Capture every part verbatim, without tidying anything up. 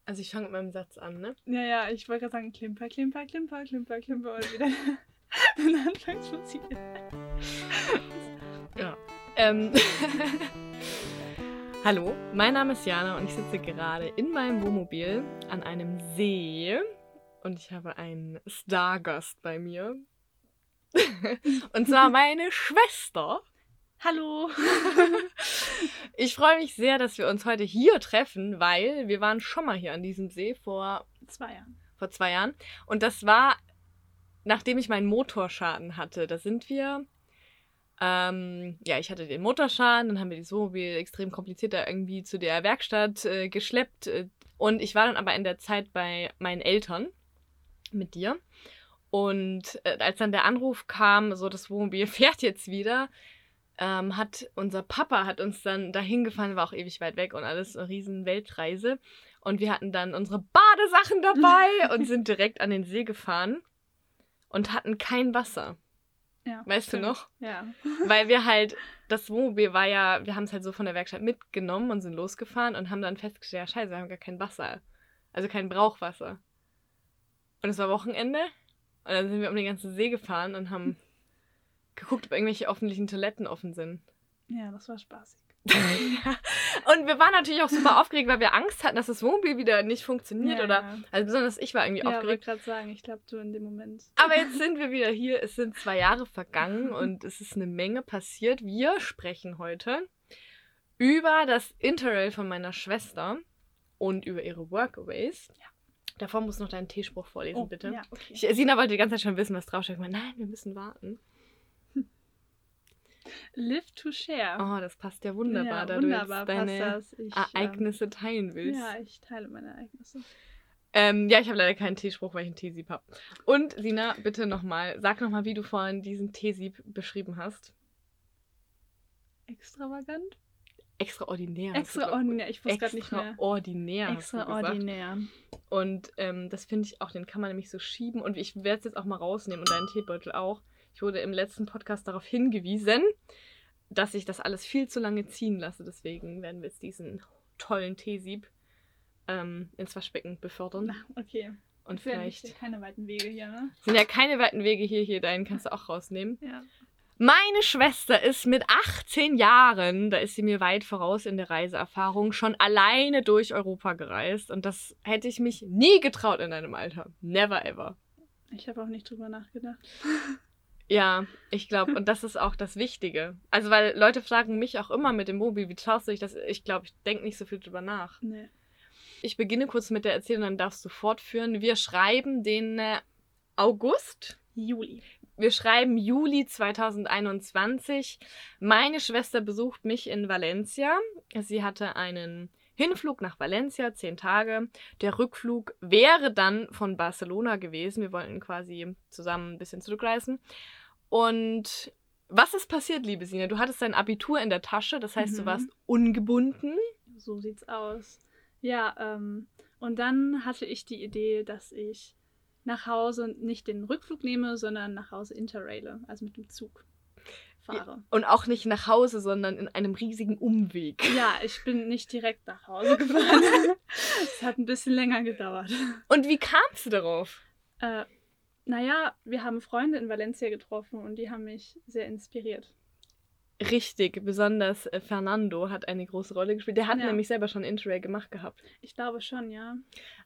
Also ich fange mit meinem Satz an, ne? Ja, ja, ich wollte gerade sagen, Klimper, Klimper, Klimper, Klimper, Klimper und wieder den Anfangsmusik. Ja. Ähm. Hallo, mein Name ist Jana und ich sitze gerade in meinem Wohnmobil an einem See und ich habe einen Stargast bei mir. Und zwar meine Schwester. Hallo! Ich freue mich sehr, dass wir uns heute hier treffen, weil wir waren schon mal hier an diesem See vor zwei Jahren. Vor zwei Jahren. Und das war, nachdem ich meinen Motorschaden hatte. Da sind wir, ähm, ja, ich hatte den Motorschaden, dann haben wir das Wohnmobil extrem kompliziert da irgendwie zu der Werkstatt äh, geschleppt. Äh, und ich war dann aber in der Zeit bei meinen Eltern mit dir. Und äh, als dann der Anruf kam, so das Wohnmobil fährt jetzt wieder, ähm, hat unser Papa hat uns dann dahin gefahren, war auch ewig weit weg und alles, eine riesen Weltreise. Und wir hatten dann unsere Badesachen dabei und sind direkt an den See gefahren und hatten kein Wasser. Ja, weißt stimmt. du noch? Ja. Weil wir halt, das Wohnmobil war ja, wir haben es halt so von der Werkstatt mitgenommen und sind losgefahren und haben dann festgestellt, ja scheiße, wir haben gar kein Wasser. Also kein Brauchwasser. Und es war Wochenende und dann sind wir um den ganzen See gefahren und haben geguckt, ob irgendwelche öffentlichen Toiletten offen sind. Ja, das war spaßig. Und wir waren natürlich auch super aufgeregt, weil wir Angst hatten, dass das Wohnmobil wieder nicht funktioniert. Ja, oder ja. Also besonders ich war irgendwie Ja, wollte aufgeregt. gerade sagen, ich glaube, du in dem Moment. Aber jetzt sind wir wieder hier. Es sind zwei Jahre vergangen und es ist eine Menge passiert. Wir sprechen heute über das Interrail von meiner Schwester und über ihre Workaways. Ja. Davor musst du noch deinen Teespruch vorlesen, Oh, bitte. ja, okay. Ich, Sina wollte die ganze Zeit schon wissen, was draufsteht. Ich meine, nein, wir müssen warten. Live to share. Oh, das passt ja wunderbar, ja, da wunderbar du jetzt deine passt das. Ich, Ereignisse ähm, teilen willst. Ja, ich teile meine Ereignisse. Ähm, ja, ich habe leider keinen Teespruch, weil ich einen Teesieb habe. Und Sina, bitte nochmal, sag nochmal, wie du vorhin diesen Teesieb beschrieben hast. Extravagant? Extraordinär. Extraordinär, ich wusste gerade nicht mehr. Extraordinär. Extraordinär. Und ähm, das finde ich auch, den kann man nämlich so schieben. Und ich werde es jetzt auch mal rausnehmen und deinen Teebeutel auch. Ich wurde im letzten Podcast darauf hingewiesen, dass ich das alles viel zu lange ziehen lasse. Deswegen werden wir jetzt diesen tollen Teesieb ähm, ins Waschbecken befördern. Na, okay. Und Das sind ja vielleicht nicht- keine weiten Wege hier, ne? sind ja keine weiten Wege hier, hier, deinen kannst du auch rausnehmen. Ja. Meine Schwester ist mit achtzehn Jahren, da ist sie mir weit voraus in der Reiseerfahrung, schon alleine durch Europa gereist. Und das hätte ich mich nie getraut in deinem Alter. Never ever. Ich habe auch nicht drüber nachgedacht. Ja, ich glaube, und das ist auch das Wichtige. Also, weil Leute fragen mich auch immer mit dem Mobil, wie traust du dich das? Ich glaube, ich denke nicht so viel drüber nach. Nee. Ich beginne kurz mit der Erzählung, dann darfst du fortführen. Wir schreiben den äh, August. Juli. Wir schreiben Juli zweitausendeinundzwanzig. Meine Schwester besucht mich in Valencia. Sie hatte einen Hinflug nach Valencia, zehn Tage. Der Rückflug wäre dann von Barcelona gewesen. Wir wollten quasi zusammen ein bisschen zurückreisen. Und was ist passiert, liebe Sina? Du hattest dein Abitur in der Tasche, das heißt, Mhm. du warst ungebunden. So sieht's aus. Ja, ähm, und dann hatte ich die Idee, dass ich nach Hause nicht den Rückflug nehme, sondern nach Hause Interraile, also mit dem Zug fahre. Und auch nicht nach Hause, sondern in einem riesigen Umweg. Ja, ich bin nicht direkt nach Hause gefahren. Es hat ein bisschen länger gedauert. Und wie kamst du darauf? Äh, naja, wir haben Freunde in Valencia getroffen und die haben mich sehr inspiriert. Richtig, besonders äh, Fernando hat eine große Rolle gespielt. Der hat Ja. nämlich selber schon Interrail gemacht gehabt. Ich glaube schon, ja.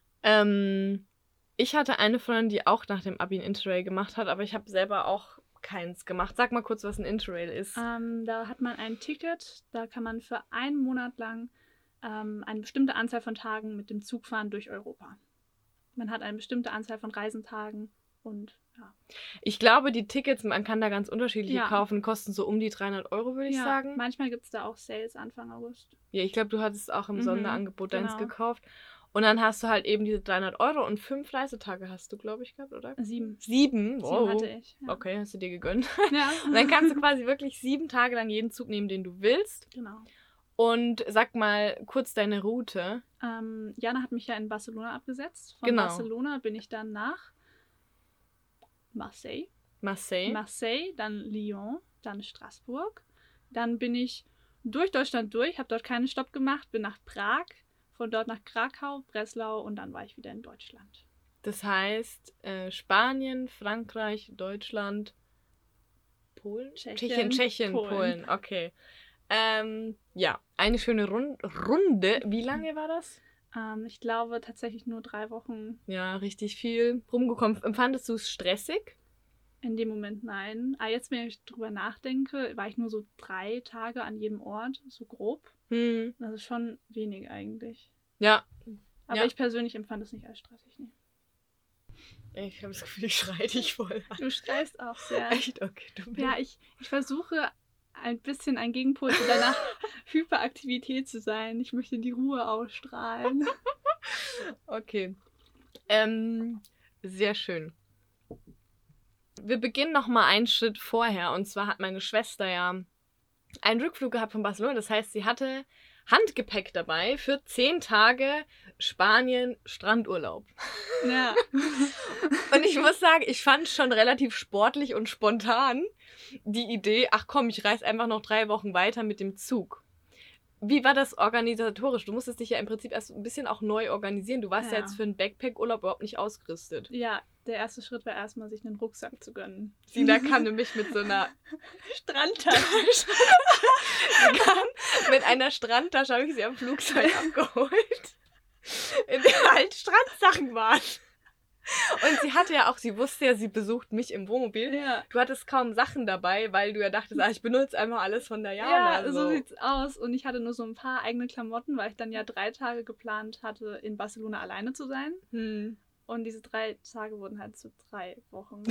Ähm, ich hatte eine Freundin, die auch nach dem Abi ein Interrail gemacht hat, aber ich habe selber auch keins gemacht. Sag mal kurz, was ein Interrail ist. Ähm, da hat man ein Ticket, da kann man für einen Monat lang ähm, eine bestimmte Anzahl von Tagen mit dem Zug fahren durch Europa. Man hat eine bestimmte Anzahl von Reisentagen und ja. Ich glaube, die Tickets, man kann da ganz unterschiedliche Ja. kaufen, kosten so um die dreihundert Euro, würde ich ja, sagen. manchmal gibt es da auch Sales Anfang August. Ja, ich glaube, du hattest auch im Mhm, Sonderangebot deins genau. gekauft. Und dann hast du halt eben diese dreihundert Euro und fünf Reisetage hast du, glaube ich, gehabt, oder? Sieben. Sieben? Wow. Sieben hatte ich. Ja. Okay, hast du dir gegönnt. Ja. Und dann kannst du quasi wirklich sieben Tage lang jeden Zug nehmen, den du willst. Genau. Und sag mal kurz deine Route. Ähm, Jana hat mich ja in Barcelona abgesetzt. Von Genau. Barcelona bin ich dann nach Marseille. Marseille. Marseille, dann Lyon, dann Straßburg. Dann bin ich durch Deutschland durch, habe dort keinen Stopp gemacht, bin nach Prag. von dort nach Krakau, Breslau und dann war ich wieder in Deutschland. Das heißt, äh, Spanien, Frankreich, Deutschland, Polen? Tschechien, Tschechien, Polen. Polen, okay. Ähm, ja, eine schöne Run- Runde. Wie lange war das? Ähm, ich glaube tatsächlich nur drei Wochen. Ja, richtig viel rumgekommen. Empfandest du es stressig? In dem Moment nein. Aber jetzt, wenn ich drüber nachdenke, war ich nur so drei Tage an jedem Ort, so grob. Hm. Das ist schon wenig eigentlich. Ja. Aber ja. ich persönlich empfand es nicht als stressig. Nee. Ich habe das Gefühl, ich schreie dich voll an. Du schreist auch sehr. Echt? Okay, du Ja, ich, ich versuche ein bisschen ein Gegenpol zu deiner Hyperaktivität zu sein. Ich möchte die Ruhe ausstrahlen. Okay. Ähm, sehr schön. Wir beginnen nochmal einen Schritt vorher. Und zwar hat meine Schwester ja einen Rückflug gehabt von Barcelona. Das heißt, sie hatte Handgepäck dabei für zehn Tage Spanien Strandurlaub. Ja. Und ich muss sagen, ich fand es schon relativ sportlich und spontan die Idee, ach komm, ich reise einfach noch drei Wochen weiter mit dem Zug. Wie war das organisatorisch? Du musstest dich ja im Prinzip erst ein bisschen auch neu organisieren. Du warst ja, Ja. jetzt für einen Backpack-Urlaub überhaupt nicht ausgerüstet. Ja, der erste Schritt war erstmal, sich einen Rucksack zu gönnen. Sina kam nämlich mit so einer Strandtasche. Sie kam mit einer Strandtasche, habe ich sie am Flugzeug abgeholt, in der halt Strandsachen waren. Und sie hatte ja auch, sie wusste ja, sie besucht mich im Wohnmobil. Ja. Du hattest kaum Sachen dabei, weil du ja dachtest, ah, ich benutze einfach alles von Diana. Ja, so sieht's aus. Und ich hatte nur so ein paar eigene Klamotten, weil ich dann ja drei Tage geplant hatte, in Barcelona alleine zu sein. Hm. Und diese drei Tage wurden halt zu drei Wochen.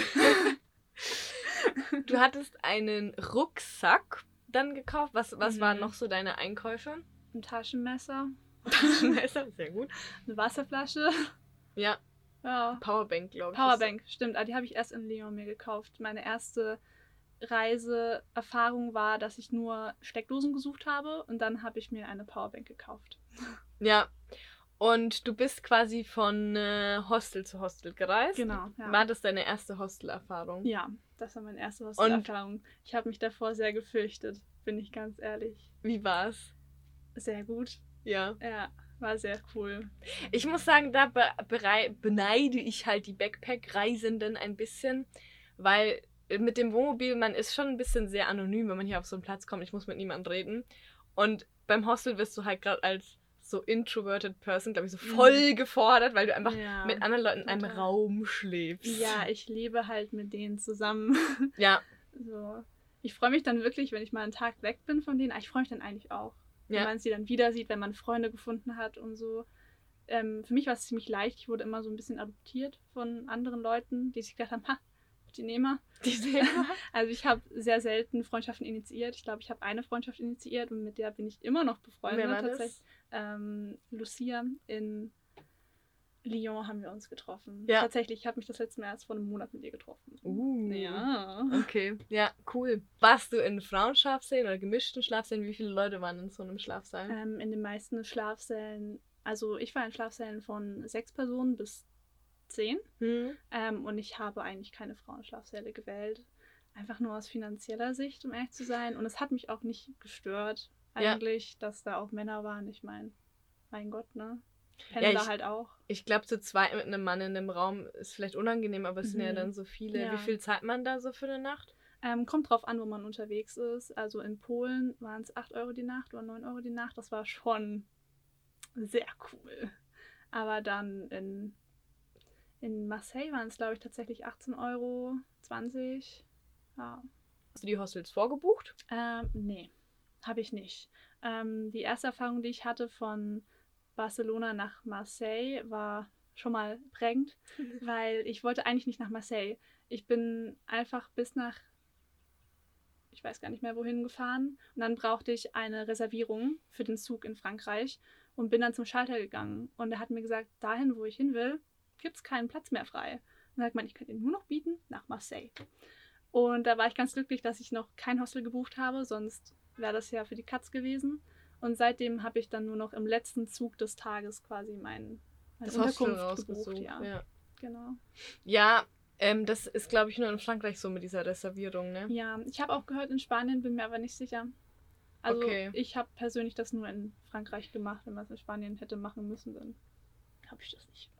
Du hattest einen Rucksack dann gekauft. Was, was Mhm. waren noch so deine Einkäufe? Ein Taschenmesser, Taschenmesser, sehr gut. eine Wasserflasche. Ja, Ja. Powerbank, glaube ich. Powerbank, stimmt. Ah, die habe ich erst in Lyon mir gekauft. Meine erste Reiseerfahrung war, dass ich nur Steckdosen gesucht habe und dann habe ich mir eine Powerbank gekauft. Ja. Und du bist quasi von äh, Hostel zu Hostel gereist. Genau, ja. War das deine erste Hostelerfahrung? Ja, das war meine erste Hostelerfahrung. Ich habe mich davor sehr gefürchtet, bin ich ganz ehrlich. Wie war's? Sehr gut. Ja. Ja, war sehr cool. Ich muss sagen, da be berei- beneide ich halt die Backpack-Reisenden ein bisschen, weil mit dem Wohnmobil, man ist schon ein bisschen sehr anonym, wenn man hier auf so einen Platz kommt. Ich muss mit niemandem reden. Und beim Hostel wirst du halt gerade als so introverted person, glaube ich, so voll gefordert, weil du einfach Ja, mit anderen Leuten in einem total. Raum schläfst. Ja, ich lebe halt mit denen zusammen. Ja, So. Ich freue mich dann wirklich, wenn ich mal einen Tag weg bin von denen. Ah, ich freue mich dann eigentlich auch. Wenn Ja. man sie dann wieder sieht, wenn man Freunde gefunden hat und so. Ähm, für mich war es ziemlich leicht. Ich wurde immer so ein bisschen adoptiert von anderen Leuten, die sich gedacht haben, ha, die Nehmer. die sehen. Also ich habe sehr selten Freundschaften initiiert. Ich glaube, ich habe eine Freundschaft initiiert und mit der bin ich immer noch befreundet. Wer war das? tatsächlich. Ähm, Lucia in Lyon haben wir uns getroffen. Ja. Tatsächlich, ich habe mich das letzte Mal erst vor einem Monat mit ihr getroffen. Uh. Ja. Okay, ja, cool. Warst du in Frauenschlafsälen oder gemischten Schlafsälen? Wie viele Leute waren in so einem Schlafsaal? Ähm, in den meisten Schlafsälen, also ich war in Schlafsälen von sechs Personen bis zehn Hm? ähm, und ich habe eigentlich keine Frauenschlafsäle gewählt. Einfach nur aus finanzieller Sicht, um ehrlich zu sein. Und es hat mich auch nicht gestört, Ja. eigentlich, dass da auch Männer waren. Ich meine, mein Gott, ne? Ja, Pendler ich- halt auch. Ich glaube, zu zweit mit einem Mann in einem Raum ist vielleicht unangenehm, aber es sind ja Mhm. dann so viele. Ja. Wie viel zahlt man da so für eine Nacht? Ähm, kommt drauf an, wo man unterwegs ist. Also in Polen waren es acht Euro die Nacht oder neun Euro die Nacht. Das war schon sehr cool. Aber dann in, in Marseille waren es, glaube ich, tatsächlich achtzehn Euro, zwanzig. Ja. Hast du die Hostels vorgebucht? Ähm, nee, habe ich nicht. Ähm, die erste Erfahrung, die ich hatte von Barcelona nach Marseille, war schon mal prägend, weil ich wollte eigentlich nicht nach Marseille. Ich bin einfach bis nach, ich weiß gar nicht mehr wohin gefahren und dann brauchte ich eine Reservierung für den Zug in Frankreich und bin dann zum Schalter gegangen und er hat mir gesagt, dahin, wo ich hin will, gibt es keinen Platz mehr frei. Und er hat gemeint, ich könnte ihn nur noch bieten nach Marseille. Und da war ich ganz glücklich, dass ich noch kein Hostel gebucht habe, sonst wäre das ja für die Katz gewesen. Und seitdem habe ich dann nur noch im letzten Zug des Tages quasi mein, meine Das Hostel Unterkunft gebucht. rausgesucht. Ja, Ja, genau. ja ähm, das ist, glaube ich, nur in Frankreich so mit dieser Reservierung, ne? Ja, ich habe auch gehört in Spanien, bin mir aber nicht sicher. Also Okay. ich habe persönlich das nur in Frankreich gemacht. Wenn man es in Spanien hätte machen müssen, dann habe ich das nicht.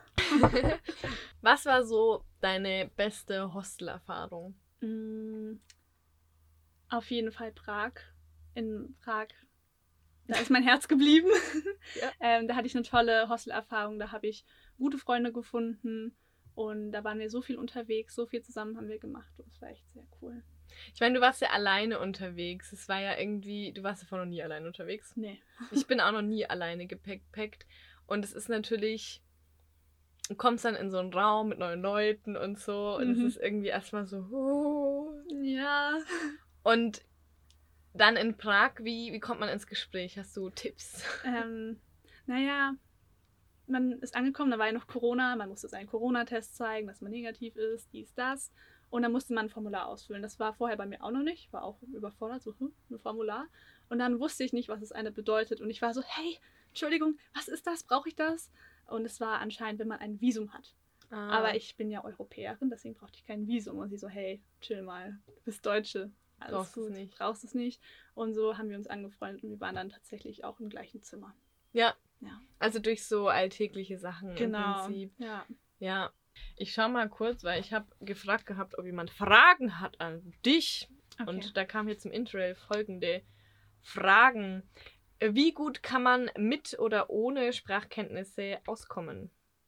Was war so deine beste Hostelerfahrung? Mm, auf jeden Fall Prag. In Prag, da ist mein Herz geblieben. Ja. ähm, da hatte ich eine tolle Hostelerfahrung. Da habe ich gute Freunde gefunden. Und da waren wir so viel unterwegs, so viel zusammen haben wir gemacht. Und das war echt sehr cool. Ich meine, du warst ja alleine unterwegs. Es war ja irgendwie, du warst davon noch nie alleine unterwegs. Nee. Ich bin auch noch nie alleine gepackt. Und es ist natürlich, du kommst dann in so einen Raum mit neuen Leuten und so. Und Mhm. es ist irgendwie erstmal so, huh. Ja. Und dann in Prag, wie, wie kommt man ins Gespräch? Hast du Tipps? Ähm, naja, man ist angekommen, da war ja noch Corona, man musste seinen Corona-Test zeigen, dass man negativ ist, dies, das. Und dann musste man ein Formular ausfüllen. Das war vorher bei mir auch noch nicht, war auch überfordert, so, hm, ein Formular. Und dann wusste ich nicht, was das eine bedeutet. Und ich war so, hey, Entschuldigung, was ist das? Brauche ich das? Und es war anscheinend, wenn man ein Visum hat. Ah. Aber ich bin ja Europäerin, deswegen brauchte ich kein Visum. Und sie so, hey, chill mal, du bist Deutsche. Alles Brauchst gut, es nicht. brauchst es nicht. Und so haben wir uns angefreundet und wir waren dann tatsächlich auch im gleichen Zimmer. Ja. Ja. Also durch so alltägliche Sachen Genau. im Prinzip. Ja. Ja. Ich schau mal kurz, weil ich habe gefragt gehabt, ob jemand Fragen hat an dich. Okay. Und da kam jetzt im Interrail folgende Fragen. Wie gut kann man mit oder ohne Sprachkenntnisse auskommen?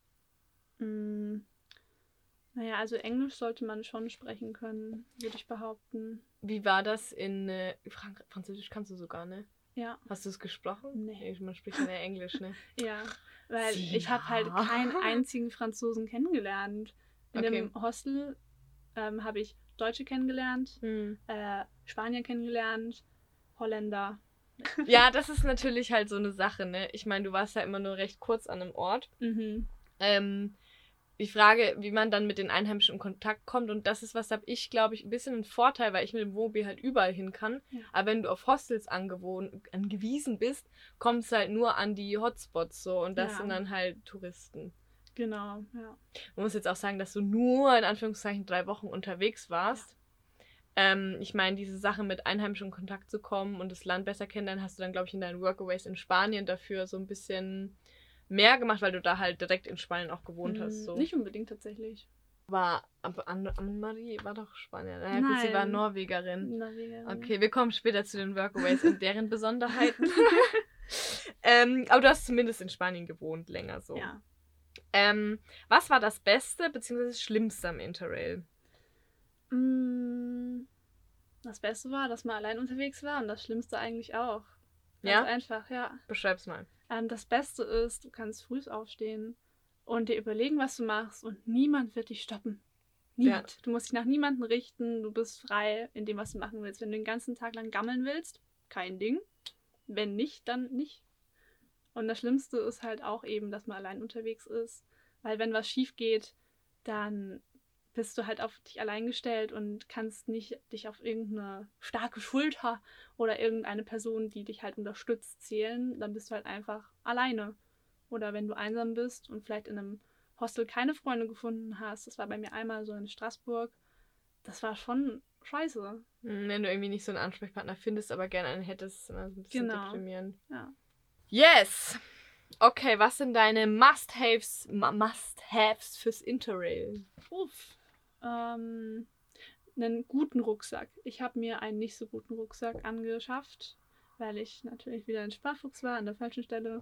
Mm, naja, also Englisch sollte man schon sprechen können, würde ich behaupten. Wie war das in äh, Frank Französisch kannst du sogar, ne? Ja. Hast du es gesprochen? Nee. Man spricht ja Englisch, ne? Ja, weil Sina. ich habe halt keinen einzigen Franzosen kennengelernt. In Okay. dem Hostel ähm, habe ich Deutsche kennengelernt, Hm. äh, Spanier kennengelernt, Holländer. Ja, das ist natürlich halt so eine Sache, ne? Ich meine, du warst ja immer nur recht kurz an einem Ort. Mhm. Ähm, die Frage, wie man dann mit den Einheimischen in Kontakt kommt, und das ist was, da habe ich, glaube ich, ein bisschen einen Vorteil, weil ich mit dem Wohnmobil halt überall hin kann. Ja. Aber wenn du auf Hostels angewohnt, angewiesen bist, kommst du halt nur an die Hotspots so, und das Ja. sind dann halt Touristen. Genau, ja. Man muss jetzt auch sagen, dass du nur in Anführungszeichen drei Wochen unterwegs warst. Ähm, ich meine, diese Sache mit Einheimischen in Kontakt zu kommen und das Land besser kennenlernen, hast du dann, glaube ich, in deinen Workaways in Spanien dafür so ein bisschen mehr gemacht, weil du da halt direkt in Spanien auch gewohnt hast. So. Mm, Nicht unbedingt tatsächlich. War aber Anne- Annemarie war doch Spanier. Naja, gut, sie war Nein. Norwegerin. Norwegerin. Okay, wir kommen später zu den Workaways und deren Besonderheiten. ähm, aber du hast zumindest in Spanien gewohnt, länger so. Ja. Ähm, was war das Beste bzw. das Schlimmste am Interrail? Mm, Das Beste war, dass man allein unterwegs war und das Schlimmste eigentlich auch. Ganz Ja? einfach, ja. Beschreib's mal. Ähm, das Beste ist, du kannst früh aufstehen und dir überlegen, was du machst und niemand wird dich stoppen. Niemand. Ja. Du musst dich nach niemandem richten, du bist frei in dem, was du machen willst. Wenn du den ganzen Tag lang gammeln willst, kein Ding. Wenn nicht, dann nicht. Und das Schlimmste ist halt auch eben, dass man allein unterwegs ist. Weil wenn was schief geht, dann bist du halt auf dich allein gestellt und kannst nicht dich auf irgendeine starke Schulter oder irgendeine Person, die dich halt unterstützt, zählen. Dann bist du halt einfach alleine. Oder wenn du einsam bist und vielleicht in einem Hostel keine Freunde gefunden hast, das war bei mir einmal so in Straßburg, das war schon scheiße. Hm, Wenn du irgendwie nicht so einen Ansprechpartner findest, aber gerne einen hättest, ist immer so ein bisschen Genau. deprimierend. Ja. Yes! Okay, was sind deine Must-Haves Ma- Must-Haves fürs Interrail? Uff. Ähm, einen guten Rucksack. Ich habe mir einen nicht so guten Rucksack angeschafft, weil ich natürlich wieder ein Sparfuchs war an der falschen Stelle.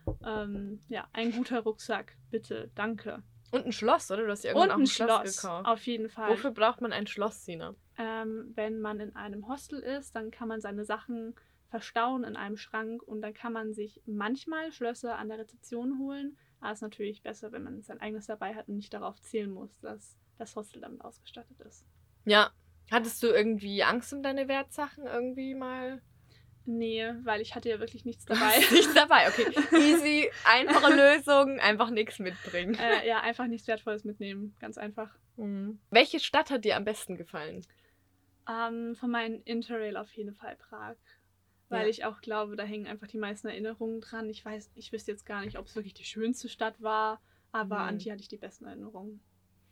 Ähm, ja, ein guter Rucksack, bitte, danke. Und ein Schloss, oder? Du hast ja Und irgendwann auch ein ein Schloss, Schloss, gekauft. auf jeden Fall. Wofür braucht man ein Schloss, Sina? Ähm, wenn man in einem Hostel ist, dann kann man seine Sachen verstauen in einem Schrank und dann kann man sich manchmal Schlösser an der Rezeption holen. Aber es ist natürlich besser, wenn man sein eigenes dabei hat und nicht darauf zählen muss, dass das Hostel damit ausgestattet ist. Ja. Hattest du irgendwie Angst um deine Wertsachen irgendwie mal? Nee, weil ich hatte ja wirklich nichts Du dabei. hast nichts dabei, okay. Easy, einfache Lösung, einfach nichts mitbringen. äh, ja, einfach nichts Wertvolles mitnehmen. Ganz einfach. Mhm. Welche Stadt hat dir am besten gefallen? Ähm, von meinen Interrail auf jeden Fall Prag. Weil Ja. ich auch glaube, da hängen einfach die meisten Erinnerungen dran. Ich weiß, ich wüsste jetzt gar nicht, ob es wirklich die schönste Stadt war, aber Mhm. an die hatte ich die besten Erinnerungen.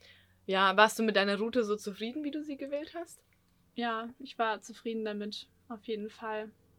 Ja, warst du mit deiner Route so zufrieden, wie du sie gewählt hast? Ja, ich war zufrieden damit, auf jeden Fall.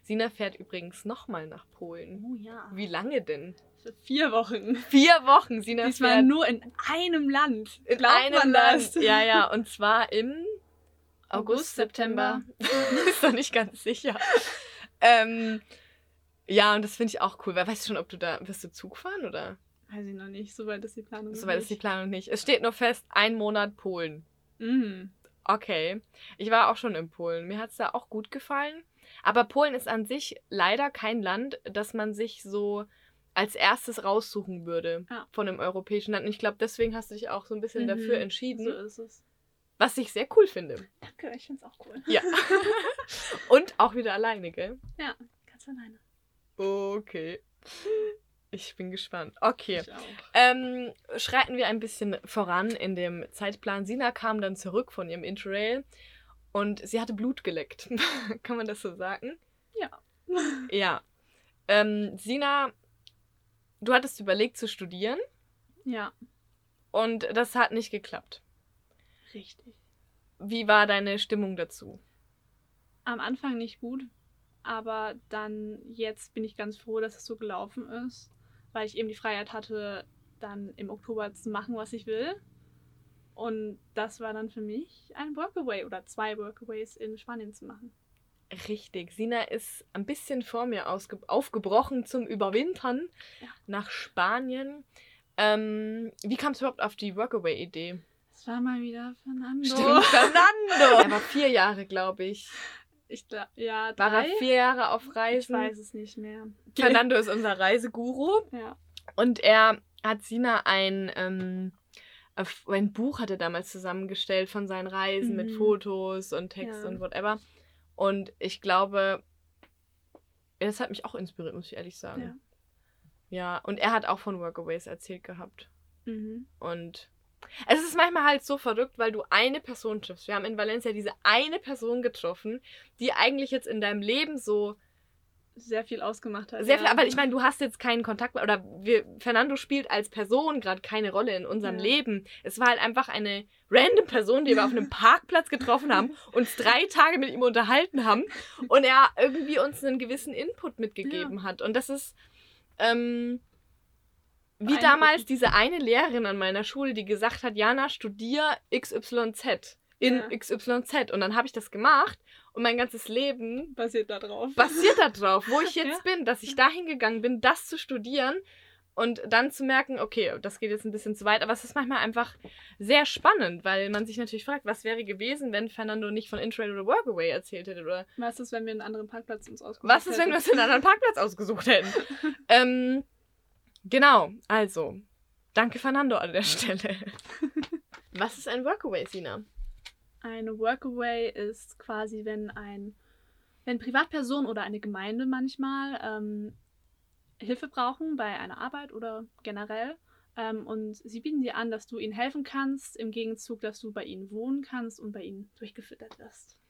Sina fährt übrigens nochmal nach Polen. Oh ja. Wie lange denn? Für vier Wochen. Vier Wochen. Sina Diesmal fährt nur in einem Land. in Glaubt einem man Land. das? Ja, ja. Und zwar im August, August, September. Ist noch nicht ganz sicher. ähm, ja, und das finde ich auch cool. Weil weißt du schon, ob du da, wirst du Zug fahren oder? Weiß ich noch nicht. Soweit ist die Planung. Soweit ist die Planung nicht. Es steht nur fest, ein Monat Polen. Mhm. Okay. Ich war auch schon in Polen. Mir hat es da auch gut gefallen. Aber Polen ist an sich leider kein Land, das man sich so als erstes raussuchen würde Ja. von einem europäischen Land. Und ich glaube, deswegen hast du dich auch so ein bisschen Mhm. dafür entschieden. So ist es. Was ich sehr cool finde. Danke, ich find's auch cool. Ja. Und auch wieder alleine, gell? Ja, ganz alleine. Okay. Ich bin gespannt. Okay. Ich auch. Ähm, schreiten wir ein bisschen voran in dem Zeitplan. Sina kam dann zurück von ihrem Interrail und sie hatte Blut geleckt. Kann man das so sagen? Ja. Ja. Ähm, Sina, du hattest überlegt zu studieren Ja, und das hat nicht geklappt. richtig. Wie war deine Stimmung dazu? Am Anfang nicht gut, aber dann jetzt bin ich ganz froh, dass es so gelaufen ist, weil ich eben die Freiheit hatte, dann im Oktober zu machen, was ich will. Und das war dann für mich ein Workaway oder zwei Workaways in Spanien zu machen. Richtig. Sina ist ein bisschen vor mir ausge- aufgebrochen zum Überwintern Ja. nach Spanien. Ähm, wie kam es überhaupt auf die Workaway-Idee? Es war mal wieder Fernando. Stimmt, Fernando! Er war vier Jahre, glaube ich. Ich glaube, ja, War drei? er vier Jahre auf Ich Reisen? weiß es nicht mehr. Fernando ist unser Reiseguru. Ja. Und er hat Sina ein, ähm, ein Buch hat er damals zusammengestellt von seinen Reisen Mhm. mit Fotos und Text Ja. und whatever. Und ich glaube, das hat mich auch inspiriert, muss ich ehrlich sagen. Ja. Ja, und er hat auch von Workaways erzählt gehabt. Mhm. Und es ist manchmal halt so verrückt, weil du eine Person triffst. Wir haben in Valencia diese eine Person getroffen, die eigentlich jetzt in deinem Leben so Sehr viel ausgemacht hat. sehr ja. viel, aber ich meine, du hast jetzt keinen Kontakt, oder wir, Fernando spielt als Person gerade keine Rolle in unserem Ja. Leben. Es war halt einfach eine random Person, die wir auf einem Parkplatz getroffen haben, uns drei Tage mit ihm unterhalten haben und er irgendwie uns einen gewissen Input mitgegeben hat. Und das ist ähm, wie Beeindruckend. damals diese eine Lehrerin an meiner Schule, die gesagt hat, Jana, studier X Y Z in Ja. X Y Z. Und dann habe ich das gemacht und mein ganzes Leben Basiert da drauf. basiert da drauf, wo ich jetzt Ja. bin, dass ich dahin gegangen bin, das zu studieren und dann zu merken, okay, das geht jetzt ein bisschen zu weit, aber es ist manchmal einfach sehr spannend, weil man sich natürlich fragt, was wäre gewesen, wenn Fernando nicht von Interrail oder Workaway erzählt hätte, oder Was ist, wenn wir einen anderen Parkplatz uns ausgesucht was ist, wenn wir uns einen anderen Parkplatz ausgesucht hätten? ähm, genau, also, danke Fernando an der Stelle. Was ist ein Workaway, Sina? Eine Workaway ist quasi, wenn ein wenn Privatpersonen oder eine Gemeinde manchmal ähm, Hilfe brauchen bei einer Arbeit oder generell ähm, und sie bieten dir an, dass du ihnen helfen kannst, im Gegenzug, dass du bei ihnen wohnen kannst und bei ihnen durchgefüttert wirst.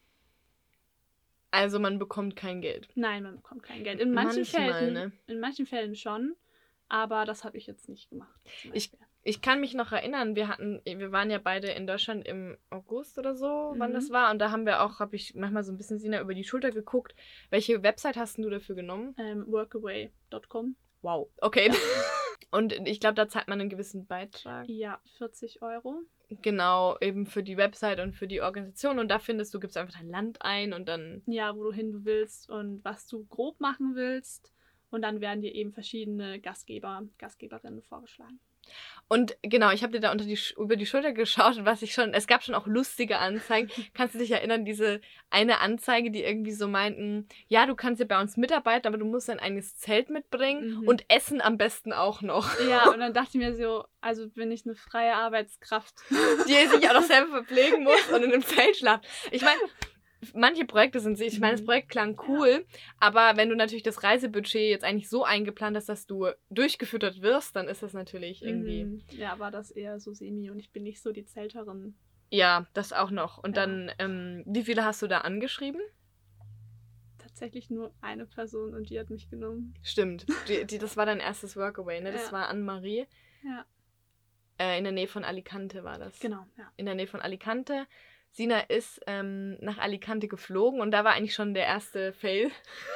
Also man bekommt kein Geld. Nein, man bekommt kein Geld. In manchen, Manchmal, Fällen, ne? in manchen Fällen schon, aber das habe ich jetzt nicht gemacht. zum Ich- Beispiel. Ich kann mich noch erinnern, wir hatten, wir waren ja beide in Deutschland im August oder so, wann Mhm. das war. Und da haben wir auch, habe ich manchmal so ein bisschen Sina über die Schulter geguckt. Welche Website hast du dafür genommen? Ähm, workaway Punkt com. Wow. Okay. Und ich glaube, da zahlt man einen gewissen Beitrag. Ja, vierzig Euro. Genau, eben für die Website und für die Organisation. Und da findest du, gibst einfach dein Land ein und dann. Ja, wo du hin willst und was du grob machen willst. Und dann werden dir eben verschiedene Gastgeber, Gastgeberinnen vorgeschlagen. Und genau, ich habe dir da unter die, Sch- über die Schulter geschaut und was ich schon, es gab schon auch lustige Anzeigen. Kannst du dich erinnern, diese eine Anzeige, die irgendwie so meinten, ja, du kannst ja bei uns mitarbeiten, aber du musst dein eigenes Zelt mitbringen Mhm. und Essen am besten auch noch. Ja, und dann dachte ich mir so, also bin ich eine freie Arbeitskraft. Die sich auch noch selber verpflegen muss und in einem Zelt schlafen. Ich meine, manche Projekte sind, ich meine, das Mhm. Projekt klang cool, aber wenn du natürlich das Reisebudget jetzt eigentlich so eingeplant hast, dass du durchgefüttert wirst, dann ist das natürlich irgendwie, Mhm. Ja, war das eher so semi und ich bin nicht so die Zelterin. ja, das auch noch. Und Ja. dann, ähm, wie viele hast du da angeschrieben? Tatsächlich nur eine Person und die hat mich genommen. Stimmt, die, die, das war dein erstes Workaway, ne? Das Ja. war Anne-Marie. Ja, Äh, in der Nähe von Alicante war das. genau, ja. In der Nähe von Alicante. Sina ist ähm, nach Alicante geflogen und da war eigentlich schon der erste Fail.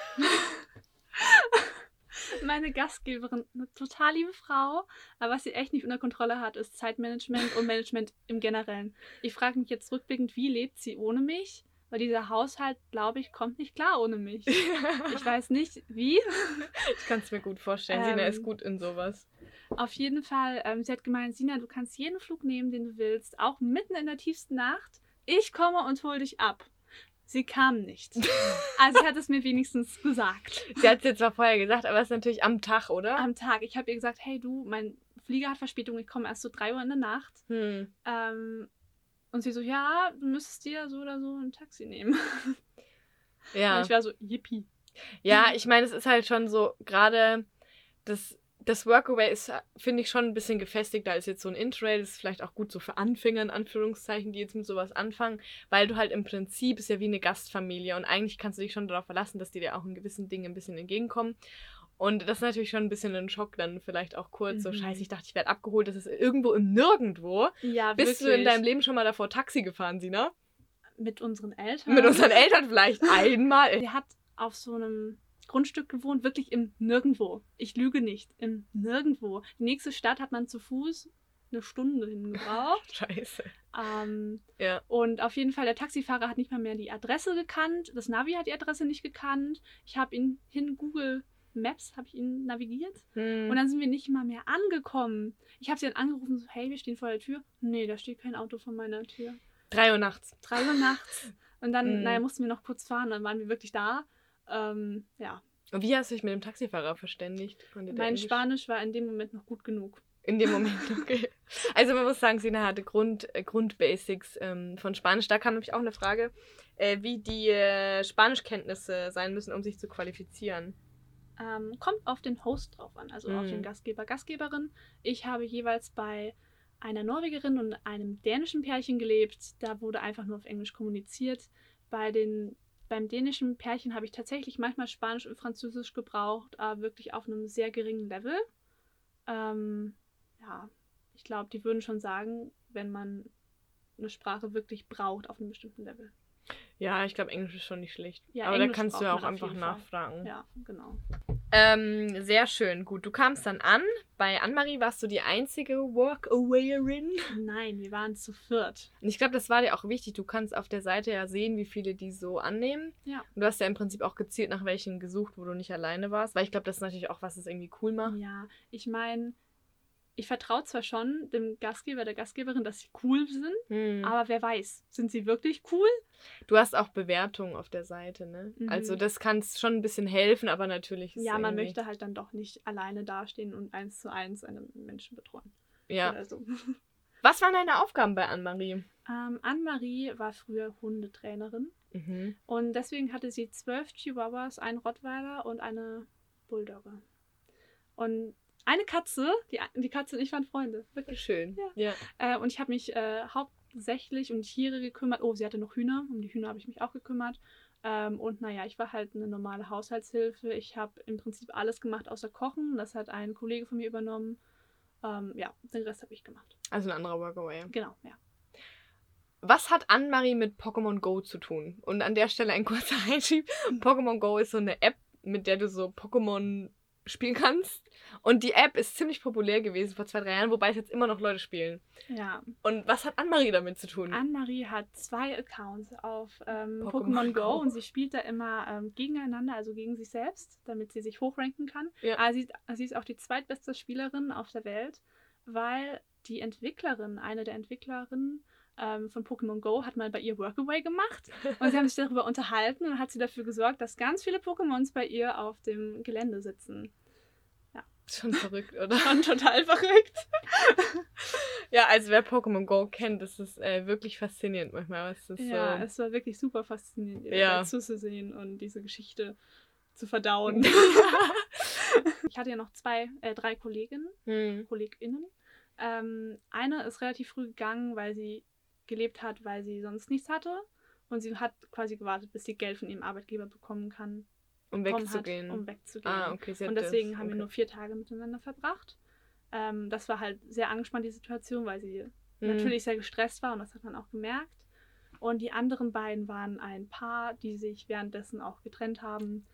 Meine Gastgeberin, eine total liebe Frau, aber was sie echt nicht unter Kontrolle hat, ist Zeitmanagement und Management im Generellen. Ich frage mich jetzt rückblickend, wie lebt sie ohne mich? Weil dieser Haushalt, glaube ich, kommt nicht klar ohne mich. Ich weiß nicht, wie. Ich kann es mir gut vorstellen. Ähm, Sina ist gut in sowas. Auf jeden Fall, ähm, sie hat gemeint, Sina, du kannst jeden Flug nehmen, den du willst, auch mitten in der tiefsten Nacht. Ich komme und hol dich ab. Sie kam nicht. Also sie hat es mir wenigstens gesagt. Sie hat es jetzt zwar vorher gesagt, aber es ist natürlich am Tag, oder? Am Tag. Ich habe ihr gesagt, hey du, mein Flieger hat Verspätung, ich komme erst so drei Uhr in der Nacht. Hm. Ähm, und sie so, ja, du müsstest dir so oder so ein Taxi nehmen. Ja. Und ich war so, yippie. Ja, ich meine, es ist halt schon so, gerade das... Das Workaway ist, finde ich, schon ein bisschen gefestigt. Da ist jetzt so ein Interrail, das ist vielleicht auch gut so für Anfänger, in Anführungszeichen, die jetzt mit sowas anfangen, weil du halt im Prinzip, ist ja wie eine Gastfamilie und eigentlich kannst du dich schon darauf verlassen, dass die dir auch in gewissen Dingen ein bisschen entgegenkommen. Und das ist natürlich schon ein bisschen ein Schock dann vielleicht auch kurz. Mhm. So, scheiße, ich dachte, ich werde abgeholt, das ist irgendwo im Nirgendwo. Ja, Bist wirklich. du in deinem Leben schon mal davor Taxi gefahren, Sina? Mit unseren Eltern? Mit unseren Eltern vielleicht einmal. Der hat auf so einem Grundstück gewohnt, wirklich im Nirgendwo. Ich lüge nicht, im Nirgendwo. Die nächste Stadt hat man zu Fuß eine Stunde hingebraucht. Scheiße. Ähm, ja. Und auf jeden Fall, der Taxifahrer hat nicht mal mehr die Adresse gekannt. Das Navi hat die Adresse nicht gekannt. Ich habe ihn hin Google Maps, habe ich ihn navigiert. Hm. Und dann sind wir nicht mal mehr angekommen. Ich habe sie dann angerufen, so, hey, wir stehen vor der Tür. Nee, da steht kein Auto vor meiner Tür. Drei Uhr nachts. Drei Uhr nachts. Und dann, hm. naja, mussten wir noch kurz fahren. Dann waren wir wirklich da. Ähm, ja. Und wie hast du dich mit dem Taxifahrer verständigt? Mein Spanisch war in dem Moment noch gut genug. In dem Moment, okay. Also man muss sagen, Sina hatte Grund, äh, Grundbasics ähm, von Spanisch. Da kam nämlich auch eine Frage, äh, wie die äh, Spanischkenntnisse sein müssen, um sich zu qualifizieren. Ähm, kommt auf den Host drauf an, also mm. auf den Gastgeber, Gastgeberin. Ich habe jeweils bei einer Norwegerin und einem dänischen Pärchen gelebt. Da wurde einfach nur auf Englisch kommuniziert. Bei den Beim dänischen Pärchen habe ich tatsächlich manchmal Spanisch und Französisch gebraucht, aber wirklich auf einem sehr geringen Level. Ähm, ja, ich glaube, die würden schon sagen, wenn man eine Sprache wirklich braucht auf einem bestimmten Level. Ja, ich glaube, Englisch ist schon nicht schlecht. Ja, aber Englisch da kannst du ja auch einfach nachfragen. Ja, genau. Ähm, sehr schön. Gut, du kamst dann an. Bei Annemarie warst du die einzige Workawayerin. Nein, wir waren zu viert. Und ich glaube, das war dir auch wichtig. Du kannst auf der Seite ja sehen, wie viele die so annehmen. Ja. Und du hast ja im Prinzip auch gezielt nach welchen gesucht, wo du nicht alleine warst. Weil ich glaube, das ist natürlich auch, was es irgendwie cool macht. Ja, ich meine, ich vertraue zwar schon dem Gastgeber, der Gastgeberin, dass sie cool sind, hm. aber wer weiß, sind sie wirklich cool? Du hast auch Bewertungen auf der Seite, ne? Mhm. Also das kann schon ein bisschen helfen, aber natürlich ist ja, man irgendwie... möchte halt dann doch nicht alleine dastehen und eins zu eins einen Menschen betreuen. Ja. Oder so. Was waren deine Aufgaben bei Annemarie? Ähm, Annemarie war früher Hundetrainerin mhm. und deswegen hatte sie zwölf Chihuahuas, einen Rottweiler und eine Bulldogge. Und eine Katze, die, die Katze und ich waren Freunde. Wirklich schön. Ja. ja. Äh, und ich habe mich äh, hauptsächlich um die Tiere gekümmert. Oh, sie hatte noch Hühner. Um die Hühner habe ich mich auch gekümmert. Ähm, und naja, ich war halt eine normale Haushaltshilfe. Ich habe im Prinzip alles gemacht außer Kochen. Das hat ein Kollege von mir übernommen. Ähm, ja, den Rest habe ich gemacht. Also ein anderer Workaway. Genau, ja. Was hat Annemarie mit Pokémon Go zu tun? Und an der Stelle ein kurzer Einschub. Pokémon Go ist so eine App, mit der du so Pokémon spielen kannst. Und die App ist ziemlich populär gewesen vor zwei, drei Jahren, wobei es jetzt immer noch Leute spielen. Ja. Und was hat Annemarie damit zu tun? Annemarie hat zwei Accounts auf ähm, Pokémon, Pokémon Go, Go und sie spielt da immer ähm, gegeneinander, also gegen sich selbst, damit sie sich hochranken kann. Ja. Aber sie, sie ist auch die zweitbeste Spielerin auf der Welt, weil die Entwicklerin, eine der Entwicklerinnen ähm, von Pokémon Go, hat mal bei ihr Workaway gemacht und sie haben sich darüber unterhalten und hat sie dafür gesorgt, dass ganz viele Pokémons bei ihr auf dem Gelände sitzen. Ja. Schon verrückt, oder? Schon total verrückt. Ja, also wer Pokémon Go kennt, das ist äh, wirklich faszinierend manchmal. Was das ja, so... es war wirklich super faszinierend, ihr ja. dabei zuzusehen und diese Geschichte zu verdauen. Ich hatte ja noch zwei, äh, drei Kolleginnen, hm. KollegInnen. Ähm, eine ist relativ früh gegangen, weil sie gelebt hat, weil sie sonst nichts hatte. Und sie hat quasi gewartet, bis sie Geld von ihrem Arbeitgeber bekommen kann. Um wegzugehen. Hat, um wegzugehen. Ah, okay. Sie und deswegen das. haben okay. wir nur vier Tage miteinander verbracht. Ähm, das war halt sehr angespannt, die Situation, weil sie hm. natürlich sehr gestresst war und das hat man auch gemerkt. Und die anderen beiden waren ein Paar, die sich währenddessen auch getrennt haben.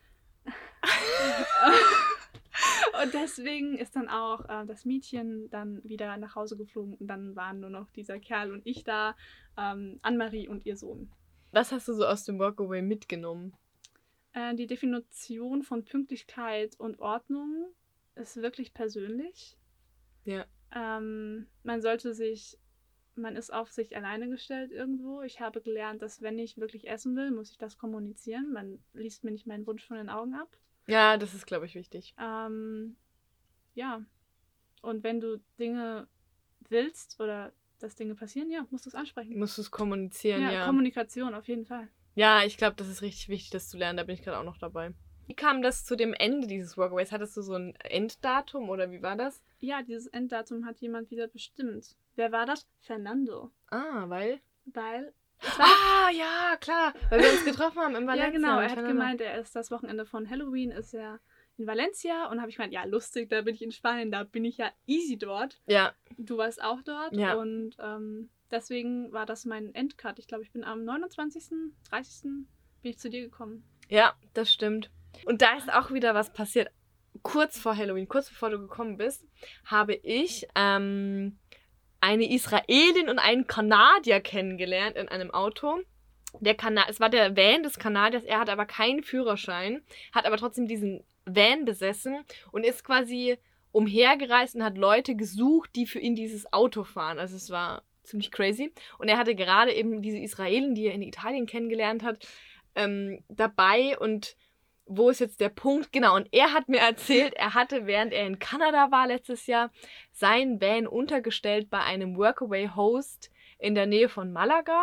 Und deswegen ist dann auch äh, das Mädchen dann wieder nach Hause geflogen. Und dann waren nur noch dieser Kerl und ich da, ähm, Annemarie und ihr Sohn. Was hast du so aus dem Workaway mitgenommen? Äh, die Definition von Pünktlichkeit und Ordnung ist wirklich persönlich. Ja. Ähm, man sollte sich, man ist auf sich alleine gestellt irgendwo. Ich habe gelernt, dass wenn ich wirklich essen will, muss ich das kommunizieren. Man liest mir nicht meinen Wunsch von den Augen ab. Ja, das ist, glaube ich, wichtig. Ähm, ja. Und wenn du Dinge willst oder dass Dinge passieren, ja, musst du es ansprechen. Musst du es kommunizieren, ja. ja. Kommunikation, auf jeden Fall. Ja, ich glaube, das ist richtig wichtig, das zu lernen. Da bin ich gerade auch noch dabei. Wie kam das zu dem Ende dieses Workaways? Hattest du so ein Enddatum oder wie war das? Ja, dieses Enddatum hat jemand wieder bestimmt. Wer war das? Fernando. Ah, weil? Weil... Ah, ja, klar. Weil wir uns getroffen haben in Valencia. Ja, genau. Er hat gemeint, er ist das Wochenende von Halloween, ist er in Valencia. Und habe ich gemeint, ja, lustig, da bin ich in Spanien, da bin ich ja easy dort. Ja. Du warst auch dort. Ja. Und ähm, deswegen war das mein Endcut. Ich glaube, ich bin am neunundzwanzigsten, dreißigsten bin ich zu dir gekommen. Ja, das stimmt. Und da ist auch wieder was passiert. Kurz vor Halloween, kurz bevor du gekommen bist, habe ich ähm, eine Israelin und einen Kanadier kennengelernt in einem Auto. Der Kana- es war der Van des Kanadiers, er hat aber keinen Führerschein, hat aber trotzdem diesen Van besessen und ist quasi umhergereist und hat Leute gesucht, die für ihn dieses Auto fahren. Also es war ziemlich crazy. Und er hatte gerade eben diese Israelin, die er in Italien kennengelernt hat, ähm, dabei. Und wo ist jetzt der Punkt? Genau, und er hat mir erzählt, er hatte, während er in Kanada war letztes Jahr, seinen Van untergestellt bei einem Workaway-Host in der Nähe von Malaga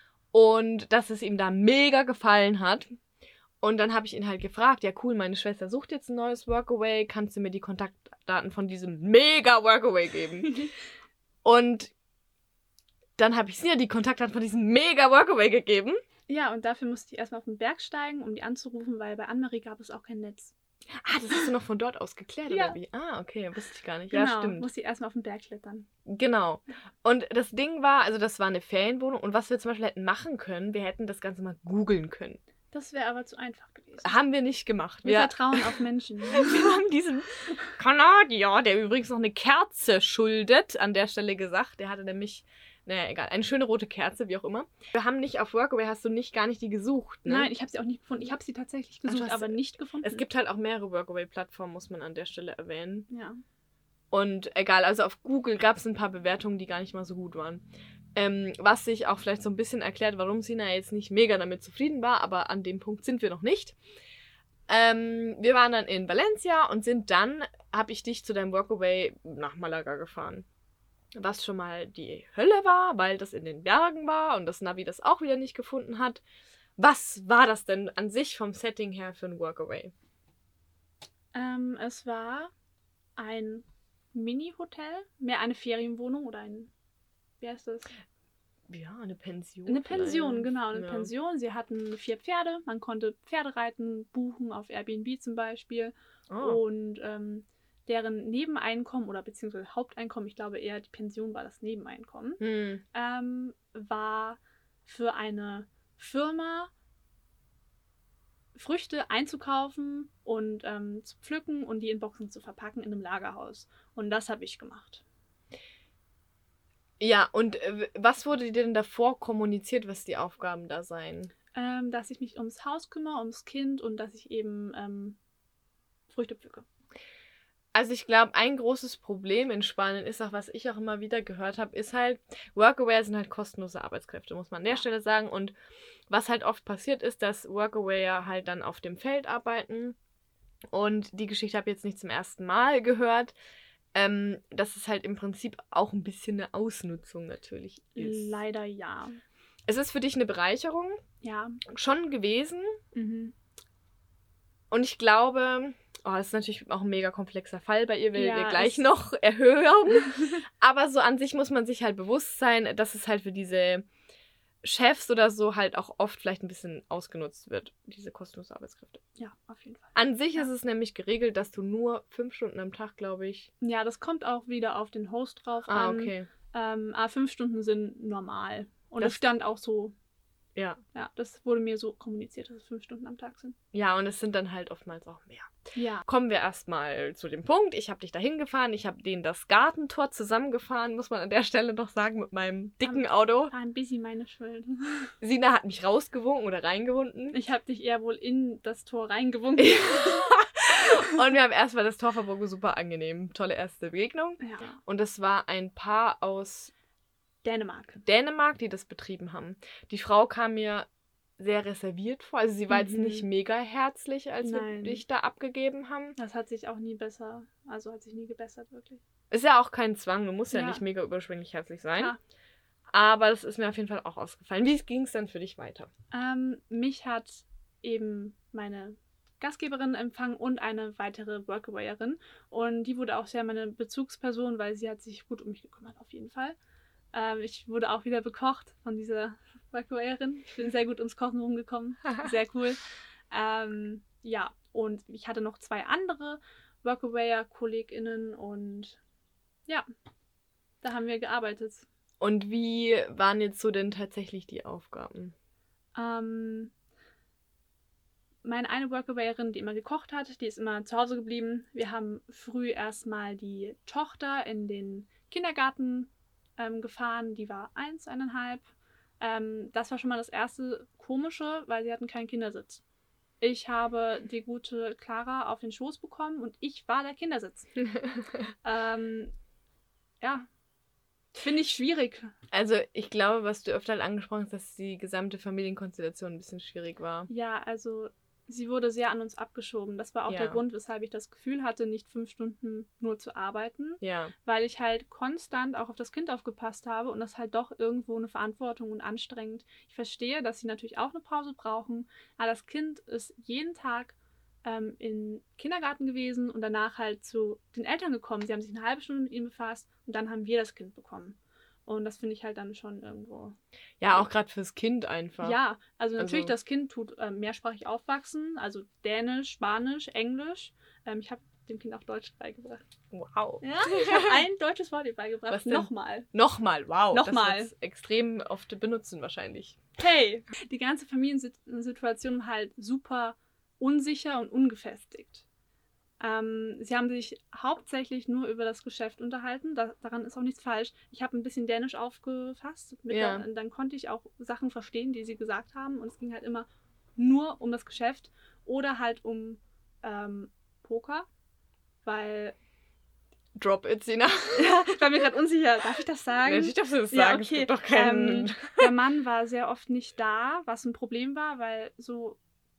und dass es ihm da mega gefallen hat. Und dann habe ich ihn halt gefragt, ja cool, meine Schwester sucht jetzt ein neues Workaway, kannst du mir die Kontaktdaten von diesem mega Workaway geben? Und dann habe ich sie ja die Kontaktdaten von diesem mega Workaway gegeben. Ja, und dafür musste ich erstmal auf den Berg steigen, um die anzurufen, weil bei Annemarie gab es auch kein Netz. Ah, das hast du noch von dort aus geklärt, ja. oder wie? Ah, okay, wusste ich gar nicht. Genau, Ja, stimmt. musste ich erstmal auf den Berg klettern. Genau. Und das Ding war, also das war eine Ferienwohnung und was wir zum Beispiel hätten machen können, wir hätten das Ganze mal googeln können. Das wäre aber zu einfach gewesen. Haben wir nicht gemacht. Wir, wir vertrauen auf Menschen. Wir haben diesen Kanadier, der übrigens noch eine Kerze schuldet, an der Stelle gesagt. Der hatte nämlich, naja, egal, eine schöne rote Kerze, wie auch immer. Wir haben nicht auf Workaway, hast du nicht gar nicht die gesucht, ne? Nein, ich habe sie auch nicht gefunden. Ich habe sie tatsächlich gesucht, Ach, aber nicht gefunden. Es gibt halt auch mehrere Workaway-Plattformen, muss man an der Stelle erwähnen. Ja. Und egal, also auf Google gab es ein paar Bewertungen, die gar nicht mal so gut waren. Ähm, was sich auch vielleicht so ein bisschen erklärt, warum Sina jetzt nicht mega damit zufrieden war, aber an dem Punkt sind wir noch nicht. Ähm, wir waren dann in Valencia und sind dann, habe ich dich zu deinem Workaway nach Malaga gefahren. Was schon mal die Hölle war, weil das in den Bergen war und das Navi das auch wieder nicht gefunden hat. Was war das denn an sich vom Setting her für ein Workaway? Ähm, es war ein Mini-Hotel, mehr eine Ferienwohnung oder ein, wie heißt das? Ja, eine Pension. Eine Pension, vielleicht. genau, eine ja. Pension. Sie hatten vier Pferde, man konnte Pferdereiten buchen auf Airbnb zum Beispiel. Oh. Und ähm, deren Nebeneinkommen oder beziehungsweise Haupteinkommen, ich glaube eher die Pension war das Nebeneinkommen, Hm. ähm, war für eine Firma Früchte einzukaufen und ähm, zu pflücken und die in Boxen zu verpacken in einem Lagerhaus. Und das habe ich gemacht. Ja, und äh, was wurde dir denn davor kommuniziert, was die Aufgaben da seien? Ähm, dass ich mich ums Haus kümmere, ums Kind und dass ich eben ähm, Früchte pflücke. Also ich glaube, ein großes Problem in Spanien ist auch, was ich auch immer wieder gehört habe, ist halt, Workaway sind halt kostenlose Arbeitskräfte, muss man an der Stelle sagen. Und was halt oft passiert ist, dass Workawayer halt dann auf dem Feld arbeiten. Und die Geschichte habe ich jetzt nicht zum ersten Mal gehört. Ähm, dass es halt im Prinzip auch ein bisschen eine Ausnutzung natürlich ist. Leider ja. Es ist für dich eine Bereicherung. Ja. Schon gewesen. Mhm. Und ich glaube, oh, das ist natürlich auch ein mega komplexer Fall bei ihr, will Ja, wir gleich es- noch erhöhen. Aber so an sich muss man sich halt bewusst sein, dass es halt für diese Chefs oder so halt auch oft vielleicht ein bisschen ausgenutzt wird, diese kostenlose Arbeitskräfte. Ja, auf jeden Fall. An sich Ja. ist es nämlich geregelt, dass du nur fünf Stunden am Tag, glaube ich. Ja, das kommt auch wieder auf den Host drauf Ah, an. okay. Ähm, aber fünf Stunden sind normal. Und Das- es stand auch so Ja. Ja, das wurde mir so kommuniziert, dass es fünf Stunden am Tag sind. Ja, und es sind dann halt oftmals auch mehr. Ja. Kommen wir erstmal zu dem Punkt. Ich habe dich dahin gefahren. Ich habe denen das Gartentor zusammengefahren, muss man an der Stelle noch sagen, mit meinem dicken Auto. War ein bisschen meine Schuld. Sina hat mich rausgewunken oder reingewunken. Ich habe dich eher wohl in das Tor reingewunken. Und wir haben erstmal das Tor verbogen, super angenehm. Tolle erste Begegnung. Ja. Und es war ein Paar aus Dänemark. Dänemark, die das betrieben haben. Die Frau kam mir sehr reserviert vor. Also sie war Mhm. jetzt nicht mega herzlich, als Nein. wir dich da abgegeben haben. Das hat sich auch nie besser, also hat sich nie gebessert, wirklich. Ist ja auch kein Zwang, du musst ja, Ja. nicht mega überschwänglich herzlich sein. Klar. Aber das ist mir auf jeden Fall auch ausgefallen. Wie ging es dann für dich weiter? Ähm, mich hat eben meine Gastgeberin empfangen und eine weitere Workawayerin. Und die wurde auch sehr meine Bezugsperson, weil sie hat sich gut um mich gekümmert, auf jeden Fall. Ähm, ich wurde auch wieder bekocht von dieser Workawayerin. Ich bin sehr gut ums Kochen rumgekommen. Sehr cool. Ähm, ja, und ich hatte noch zwei andere Workawayer-KollegInnen und ja, da haben wir gearbeitet. Und wie waren jetzt so denn tatsächlich die Aufgaben? Ähm, meine eine Workawayerin, die immer gekocht hat, die ist immer zu Hause geblieben. Wir haben früh erstmal die Tochter in den Kindergarten ähm, gefahren. Die war eins, eineinhalb. Ähm, das war schon mal das erste Komische, weil sie hatten keinen Kindersitz. Ich habe die gute Clara auf den Schoß bekommen und ich war der Kindersitz. ähm, ja, finde ich schwierig. Also ich glaube, was du öfter angesprochen hast, dass die gesamte Familienkonstellation ein bisschen schwierig war. Ja, also sie wurde sehr an uns abgeschoben. Das war auch Ja. der Grund, weshalb ich das Gefühl hatte, nicht fünf Stunden nur zu arbeiten. Ja. Weil ich halt konstant auch auf das Kind aufgepasst habe und das halt doch irgendwo eine Verantwortung und anstrengend. Ich verstehe, dass sie natürlich auch eine Pause brauchen, aber das Kind ist jeden Tag ähm, im Kindergarten gewesen und danach halt zu den Eltern gekommen. Sie haben sich eine halbe Stunde mit ihm befasst und dann haben wir das Kind bekommen. Und das finde ich halt dann schon irgendwo... Ja, auch gerade fürs Kind einfach. Ja, also natürlich, Also- das Kind tut ähm, mehrsprachig aufwachsen, also Dänisch, Spanisch, Englisch. Ähm, ich habe dem Kind auch Deutsch beigebracht. Wow. Ja, ich habe ein deutsches Wort ihr beigebracht. Was denn? Nochmal. Nochmal, wow. Nochmal. Das wird's extrem oft benutzen wahrscheinlich. Hey! Die ganze Familiensituation halt super unsicher und ungefestigt. Ähm, sie haben sich hauptsächlich nur über das Geschäft unterhalten. Da, daran ist auch nichts falsch. Ich habe ein bisschen Dänisch aufgefasst. Mit Ja. der, dann konnte ich auch Sachen verstehen, die sie gesagt haben. Und es ging halt immer nur um das Geschäft oder halt um ähm, Poker. Weil, Drop it, Sina. ja, ich war mir gerade unsicher. Darf ich das sagen? Ich darf das Ja, sagen. okay. Es gibt doch keinen... Ähm, der Mann war sehr oft nicht da, was ein Problem war, weil so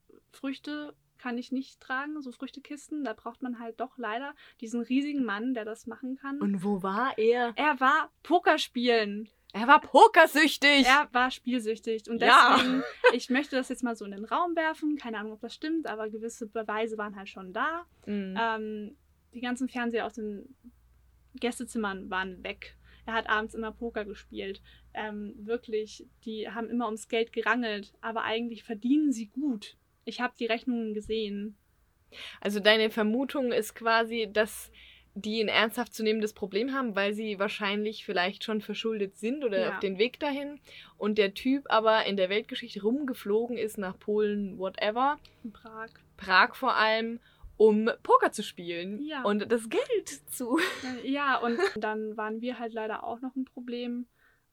Früchte kann ich nicht tragen, so Früchtekisten. Da braucht man halt doch leider diesen riesigen Mann, der das machen kann. Und wo war er? Er war Pokerspielen. Er war pokersüchtig. Er war spielsüchtig. Und Ja. deswegen, ich möchte das jetzt mal so in den Raum werfen. Keine Ahnung, ob das stimmt, aber gewisse Beweise waren halt schon da. Mhm. Ähm, die ganzen Fernseher aus den Gästezimmern waren weg. Er hat abends immer Poker gespielt. Ähm, wirklich, die haben immer ums Geld gerangelt, aber eigentlich verdienen sie gut. Ich habe die Rechnungen gesehen. Also deine Vermutung ist quasi, dass die ein ernsthaft zu nehmendes Problem haben, weil sie wahrscheinlich vielleicht schon verschuldet sind oder Ja. auf den Weg dahin und der Typ aber in der Weltgeschichte rumgeflogen ist nach Polen, whatever, In Prag. Prag vor allem, um Poker zu spielen Ja. und das Geld zu... Ja, und dann waren wir halt leider auch noch ein Problem,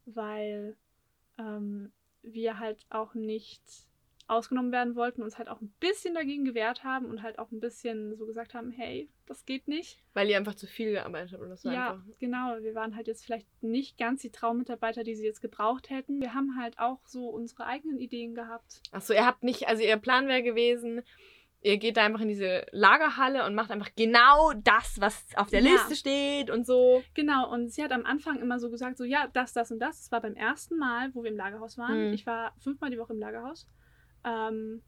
weil ähm, wir halt auch nicht ausgenommen werden wollten, uns halt auch ein bisschen dagegen gewehrt haben und halt auch ein bisschen so gesagt haben, hey, das geht nicht. Weil ihr einfach zu viel gearbeitet habt und das war Ja, einfach... genau. Wir waren halt jetzt vielleicht nicht ganz die Traummitarbeiter, die sie jetzt gebraucht hätten. Wir haben halt auch so unsere eigenen Ideen gehabt. Achso, ihr habt nicht, also ihr Plan wäre gewesen, ihr geht da einfach in diese Lagerhalle und macht einfach genau das, was auf der Ja. Liste steht und so. Genau, und sie hat am Anfang immer so gesagt, so ja, das, das und das. Das war beim ersten Mal, wo wir im Lagerhaus waren. Mhm. Ich war fünfmal die Woche im Lagerhaus. Ähm,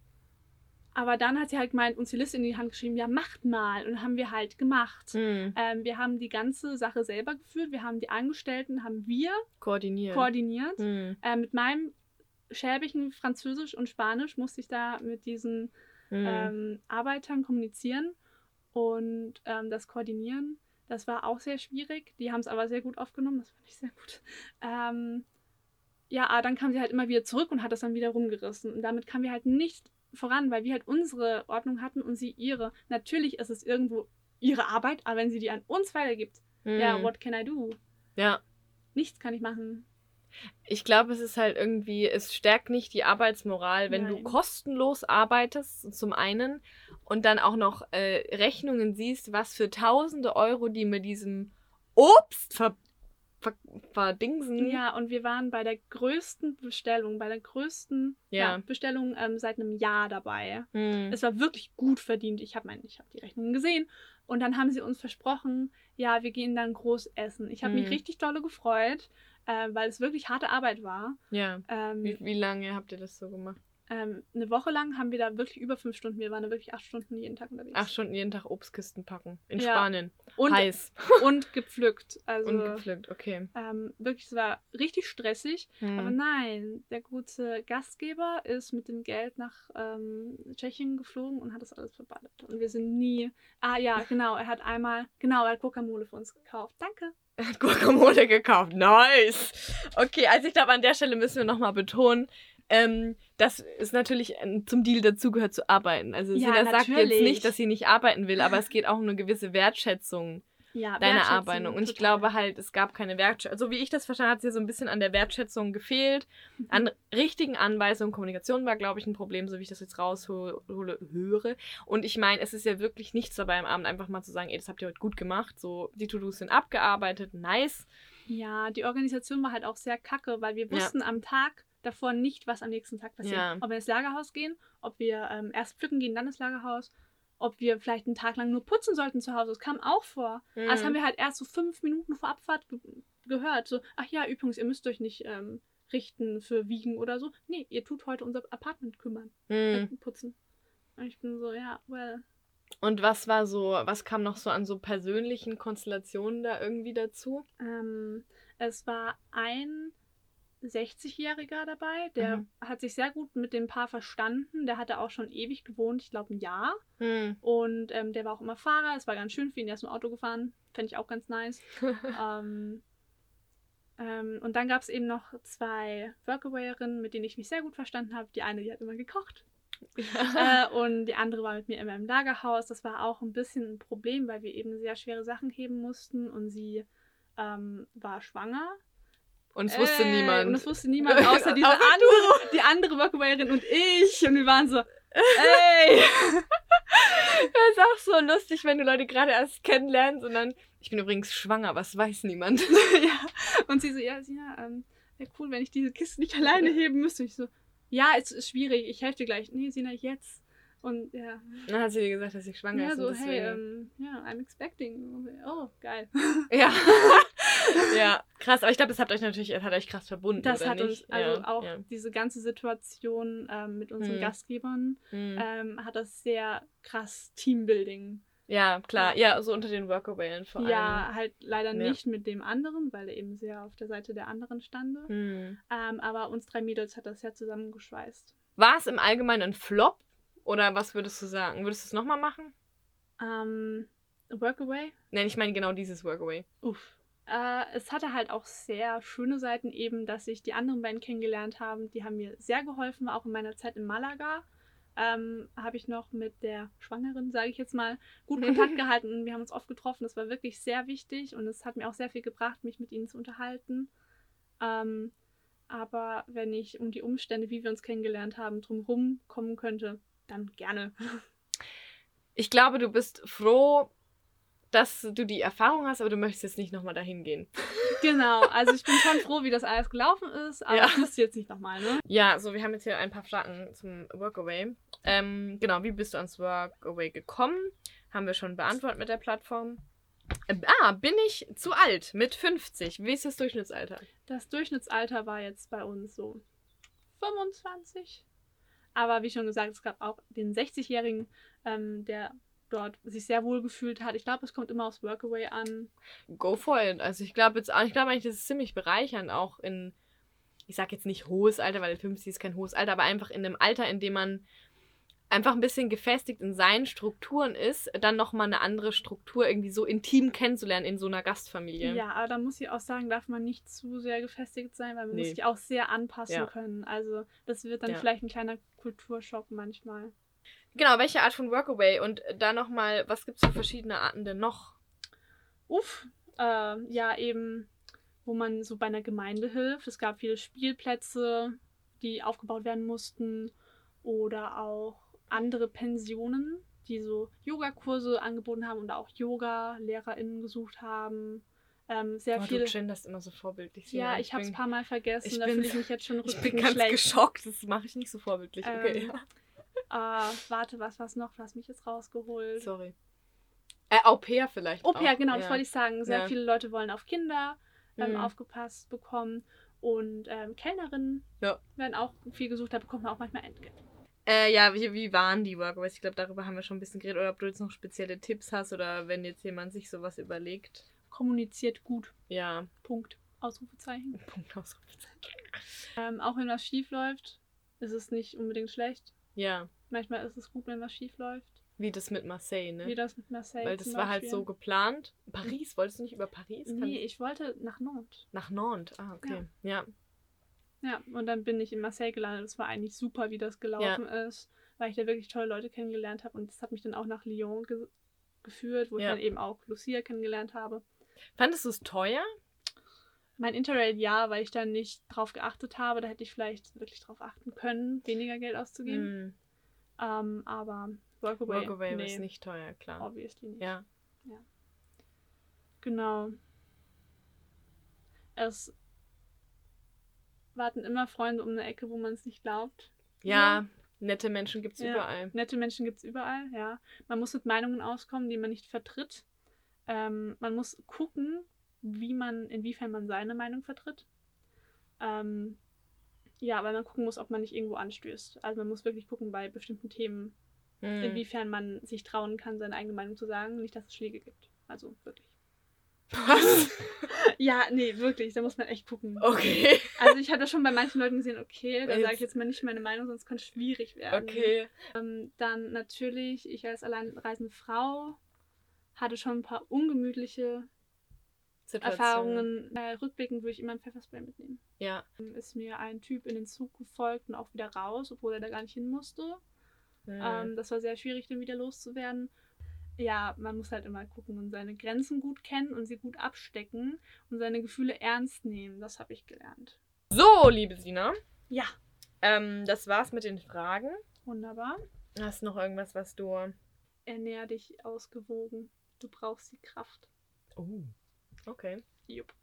aber dann hat sie halt gemeint, uns die Liste in die Hand geschrieben, ja, macht mal. Und haben wir halt gemacht. Mhm. Ähm, wir haben die ganze Sache selber geführt. Wir haben die Angestellten, haben wir Koordiniert. koordiniert. Mhm. Äh, mit meinem schäbigen Französisch und Spanisch musste ich da mit diesen Mhm. ähm, Arbeitern kommunizieren und ähm, das koordinieren. Das war auch sehr schwierig. Die haben es aber sehr gut aufgenommen. Das fand ich sehr gut. Ähm, ja, ah, dann kam sie halt immer wieder zurück und hat das dann wieder rumgerissen. Und damit kamen wir halt nicht voran, weil wir halt unsere Ordnung hatten und sie ihre. Natürlich ist es irgendwo ihre Arbeit, aber wenn sie die an uns weitergibt, Hm. ja, what can I do? Ja. Nichts kann ich machen. Ich glaube, es ist halt irgendwie, es stärkt nicht die Arbeitsmoral, wenn Nein. du kostenlos arbeitest, zum einen, und dann auch noch äh, Rechnungen siehst, was für tausende Euro die mit diesem Obst ver ver verdingsen. Ja, und wir waren bei der größten Bestellung, bei der größten Ja. ja, Bestellung ähm, seit einem Jahr dabei. Hm. Es war wirklich gut verdient. Ich habe mein, ich habe die Rechnungen gesehen. Und dann haben sie uns versprochen, ja, wir gehen dann groß essen. Ich habe Hm. mich richtig dolle gefreut, äh, weil es wirklich harte Arbeit war. Ja. Ähm, Wie, wie lange habt ihr das so gemacht? ähm, eine Woche lang haben wir da wirklich über fünf Stunden, wir waren da wirklich acht Stunden jeden Tag unterwegs. Acht Stunden jeden Tag Obstkisten packen. In Ja. Spanien. und, Heiß. und gepflückt. Also Und gepflückt, okay. ähm, wirklich, es war richtig stressig. Hm. Aber nein, der gute Gastgeber ist mit dem Geld nach ähm, Tschechien geflogen und hat das alles verballert. Und wir sind nie... Ah ja, genau, er hat einmal... Genau, er hat Guacamole für uns gekauft. Danke. Er hat Guacamole gekauft. Nice. Okay, also ich glaube, an der Stelle müssen wir nochmal betonen, ähm, dass es natürlich ähm, zum Deal dazugehört zu arbeiten. Also Ja, Sina sagt jetzt natürlich. nicht, dass sie nicht arbeiten will, aber es geht auch um eine gewisse Wertschätzung Ja, deiner Wertschätzung, Arbeit. Und ich total. glaube halt, es gab keine Wertschätzung. So wie ich das verstanden habe, hat es ihr so ein bisschen an der Wertschätzung gefehlt. An richtigen Anweisungen. Kommunikation war, glaube ich, ein Problem, so wie ich das jetzt raushole, höre. Und ich meine, es ist ja wirklich nichts dabei am Abend, einfach mal zu sagen, ey, das habt ihr heute gut gemacht. So, die To-Dos sind abgearbeitet, nice. Ja, die Organisation war halt auch sehr kacke, weil wir Ja. wussten am Tag davor nicht, was am nächsten Tag passiert. Ja. Ob wir ins Lagerhaus gehen, ob wir ähm, erst pflücken gehen, dann ins Lagerhaus, ob wir vielleicht einen Tag lang nur putzen sollten zu Hause. Das kam auch vor. Mhm. Das haben wir halt erst so fünf Minuten vor Abfahrt ge gehört. So, ach ja, übrigens, ihr müsst euch nicht ähm, richten für Wiegen oder so. Nee, ihr tut heute unser Apartment kümmern, Hm. äh, putzen. Und ich bin so, ja, well. Und was war so, was kam noch so an so persönlichen Konstellationen da irgendwie dazu? Ähm, es war ein sechzigjähriger dabei, der Mhm. hat sich sehr gut mit dem Paar verstanden. Der hatte auch schon ewig gewohnt, ich glaube ein Jahr. Hm. Und ähm, der war auch immer Fahrer. Es war ganz schön für ihn, der ist im Auto gefahren. Fände ich auch ganz nice. ähm, ähm, und dann gab es eben noch zwei Workawayerinnen, mit denen ich mich sehr gut verstanden habe. Die eine, die hat immer gekocht. äh, und die andere war mit mir immer im Lagerhaus. Das war auch ein bisschen ein Problem, weil wir eben sehr schwere Sachen heben mussten. Und sie ähm, war schwanger. Und es wusste Äh, niemand. Und es wusste niemand, außer diese Außer andere, die andere Workawayerin und ich. Und wir waren so, ey. Das ist auch so lustig, wenn du Leute gerade erst kennenlernst und dann, ich bin übrigens schwanger, was weiß niemand. Ja. Und sie so, ja, Sina, ähm, wäre cool, wenn ich diese Kiste nicht alleine heben müsste. Ich so, ja, es ist schwierig, ich helfe dir gleich. Nee, Sina, jetzt. Und ja, Dann hat sie dir gesagt, dass ich schwanger ja ist. so, und hey, deswegen... ähm, ja, I'm expecting. Oh, geil. Ja. Ja, krass. Aber ich glaube, das hat euch natürlich, das hat euch krass verbunden, Das oder hat nicht? uns, also ja, auch ja. diese ganze Situation ähm, mit unseren Hm. Gastgebern, Hm. ähm, hat das sehr krass Teambuilding. Ja, klar. Ja, so unter den Workawayern vor allem. Ja, halt leider Ja. nicht mit dem anderen, weil er eben sehr auf der Seite der anderen stand. Hm. Ähm, aber uns drei Mädels hat das ja zusammengeschweißt. War es im Allgemeinen ein Flop? Oder was würdest du sagen? Würdest du es nochmal machen? Ähm, Workaway? Nein, ich meine genau dieses Workaway. Uff. Äh, es hatte halt auch sehr schöne Seiten eben, dass sich die anderen beiden kennengelernt haben. Die haben mir sehr geholfen, auch in meiner Zeit in Malaga. Ähm, habe ich noch mit der Schwangeren, sage ich jetzt mal, gut Kontakt gehalten und wir haben uns oft getroffen. Das war wirklich sehr wichtig und es hat mir auch sehr viel gebracht, mich mit ihnen zu unterhalten. Ähm, aber wenn ich um die Umstände, wie wir uns kennengelernt haben, drumherum kommen könnte, dann gerne. Ich glaube, du bist froh, dass du die Erfahrung hast, aber du möchtest jetzt nicht nochmal dahin gehen. Genau, also ich bin schon froh, wie das alles gelaufen ist, aber Ja. ich wüsste jetzt nicht nochmal, ne? Ja, so, wir haben jetzt hier ein paar Fragen zum Workaway. Ähm, genau, wie bist du ans Workaway gekommen? Haben wir schon beantwortet mit der Plattform. Äh, ah, bin ich zu alt mit fünfzig? Wie ist das Durchschnittsalter? Das Durchschnittsalter war jetzt bei uns so fünfundzwanzig. Aber wie schon gesagt, es gab auch den sechzigjährigen, ähm, der dort sich sehr wohl gefühlt hat. Ich glaube, es kommt immer aufs Workaway an. Go for it. Also ich glaube jetzt, ich glaube eigentlich, das ist ziemlich bereichernd, auch in, ich sag jetzt nicht hohes Alter, weil fünfzig ist kein hohes Alter, aber einfach in einem Alter, in dem man einfach ein bisschen gefestigt in seinen Strukturen ist, dann nochmal eine andere Struktur irgendwie so intim kennenzulernen in so einer Gastfamilie. Ja, aber da muss ich auch sagen, darf man nicht zu sehr gefestigt sein, weil man Nee. muss sich auch sehr anpassen Ja. können. Also das wird dann Ja. vielleicht ein kleiner Kulturschock manchmal. Genau, welche Art von Workaway? Und da nochmal, was gibt es für verschiedene Arten denn noch? Uff, äh, ja eben, wo man so bei einer Gemeinde hilft. Es gab viele Spielplätze, die aufgebaut werden mussten oder auch andere Pensionen, die so Yogakurse angeboten haben und auch Yoga-LehrerInnen gesucht haben. Ähm, sehr Boah, viele. du genderst immer so vorbildlich. Ja, Sina. ich habe es bin- ein paar Mal vergessen, ich da bin- fühle ich mich jetzt schon Ich bin rückblickend ganz schlecht. geschockt, das mache ich nicht so vorbildlich. Okay, Ähm, Äh, warte, was war's noch? Du hast mich jetzt rausgeholt. sorry. Äh, Au pair vielleicht Au pair, auch. genau, ja. das wollte ich sagen. Sehr Ja. viele Leute wollen auf Kinder ähm, Mhm. aufgepasst bekommen. Und ähm, Kellnerinnen Ja. werden auch viel gesucht, da bekommt man auch manchmal Entgelt. Äh, ja, wie, wie waren die Workaways? Ich glaube, darüber haben wir schon ein bisschen geredet. Oder ob du jetzt noch spezielle Tipps hast oder wenn jetzt jemand sich sowas überlegt. Kommuniziert gut. Ja. Punkt. Ausrufezeichen. Punkt, Ausrufezeichen. Ähm, auch wenn was schief läuft, ist es nicht unbedingt schlecht. Ja, Manchmal ist es gut, wenn was schief läuft. wie das mit Marseille, ne? Wie das mit Marseille Weil das zum war halt Beispiel. so geplant. Paris, wolltest du nicht über Paris? Kann- Nee, ich wollte nach Nantes. Nach Nantes, ah, okay. Ja. Ja, und dann bin ich in Marseille gelandet. Das war eigentlich super, wie das gelaufen ist, weil ich da wirklich tolle Leute kennengelernt habe. Und das hat mich dann auch nach Lyon ge geführt, wo Ja. ich dann eben auch Lucia kennengelernt habe. Fandest du es teuer? Mein Interrail ja, weil ich da nicht drauf geachtet habe. Da hätte ich vielleicht wirklich drauf achten können, weniger Geld auszugeben. Hm. Ähm, aber Workaway, Workaway nee, ist nicht teuer, klar. obviously nicht. Ja. Genau. Es warten immer Freunde um eine Ecke, wo man es nicht glaubt. Ja, nette Menschen gibt's Ja. überall. Nette Menschen gibt es überall, ja. Man muss mit Meinungen auskommen, die man nicht vertritt. Ähm, man muss gucken, wie man, inwiefern man seine Meinung vertritt. Ähm, ja, weil man gucken muss, ob man nicht irgendwo anstößt. Also man muss wirklich gucken bei bestimmten Themen, Hm. inwiefern man sich trauen kann, seine eigene Meinung zu sagen. Nicht, dass es Schläge gibt. Also wirklich. Was? Ja, nee, wirklich. Da muss man echt gucken. Okay. Also ich habe das schon bei manchen Leuten gesehen, okay, da Jetzt- sage ich jetzt mal nicht meine Meinung, sonst könnte es schwierig werden. Okay. Ähm, dann natürlich, ich als alleinreisende Frau hatte schon ein paar ungemütliche Situation. Erfahrungen. Äh, rückblickend würde ich immer ein Pfefferspray mitnehmen. Ja. Ähm, Ist mir ein Typ in den Zug gefolgt und auch wieder raus, obwohl er da gar nicht hin musste. Hm. Ähm, das war sehr schwierig, den wieder loszuwerden. Ja, man muss halt immer gucken und seine Grenzen gut kennen und sie gut abstecken und seine Gefühle ernst nehmen. Das habe ich gelernt. So, liebe Sina. Ja, Ähm, das war's mit den Fragen. wunderbar. Hast du noch irgendwas, was du... Ernähr dich ausgewogen. Du brauchst die Kraft. Oh. Okay. Jupp.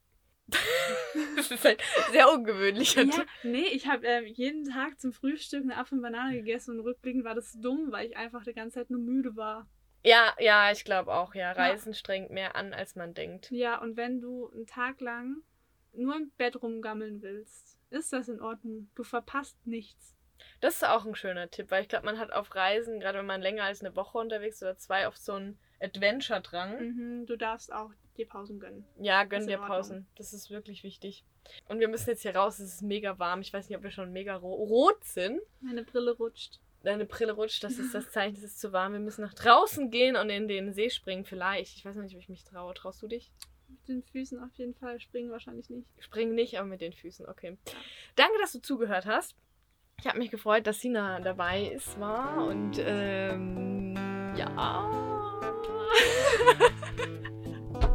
Das ist ein sehr ungewöhnlicher Ja, Tipp. nee, ich habe äh, jeden Tag zum Frühstück eine Apfel und Banane gegessen und rückblickend war das dumm, weil ich einfach die ganze Zeit nur müde war. Ja, ja, ich glaube auch, ja. Reisen strengt mehr an, als man denkt. Ja, und wenn du einen Tag lang nur im Bett rumgammeln willst, ist das in Ordnung. Du verpasst nichts. Das ist auch ein schöner Tipp, weil ich glaube, man hat auf Reisen, gerade wenn man länger als eine Woche unterwegs ist oder zwei, oft so einen Adventure-Drang. Mhm, du darfst auch dir Pausen gönnen. Ja, gönn Ist in dir Ordnung. Pausen. Das ist wirklich wichtig. Und wir müssen jetzt hier raus, es ist mega warm. Ich weiß nicht, ob wir schon mega ro rot sind. Meine Brille rutscht. Deine Brille rutscht, das ist das Zeichen, es ist zu warm. Wir müssen nach draußen gehen und in den See springen, vielleicht. Ich weiß noch nicht, ob ich mich traue. Traust du dich? Mit den Füßen auf jeden Fall, springen wahrscheinlich nicht. Springen nicht, aber mit den Füßen, okay. Danke, dass du zugehört hast. Ich habe mich gefreut, dass Sina dabei ist, war und ähm, ja.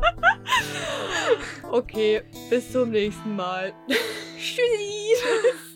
Okay, bis zum nächsten Mal. Tschüssi.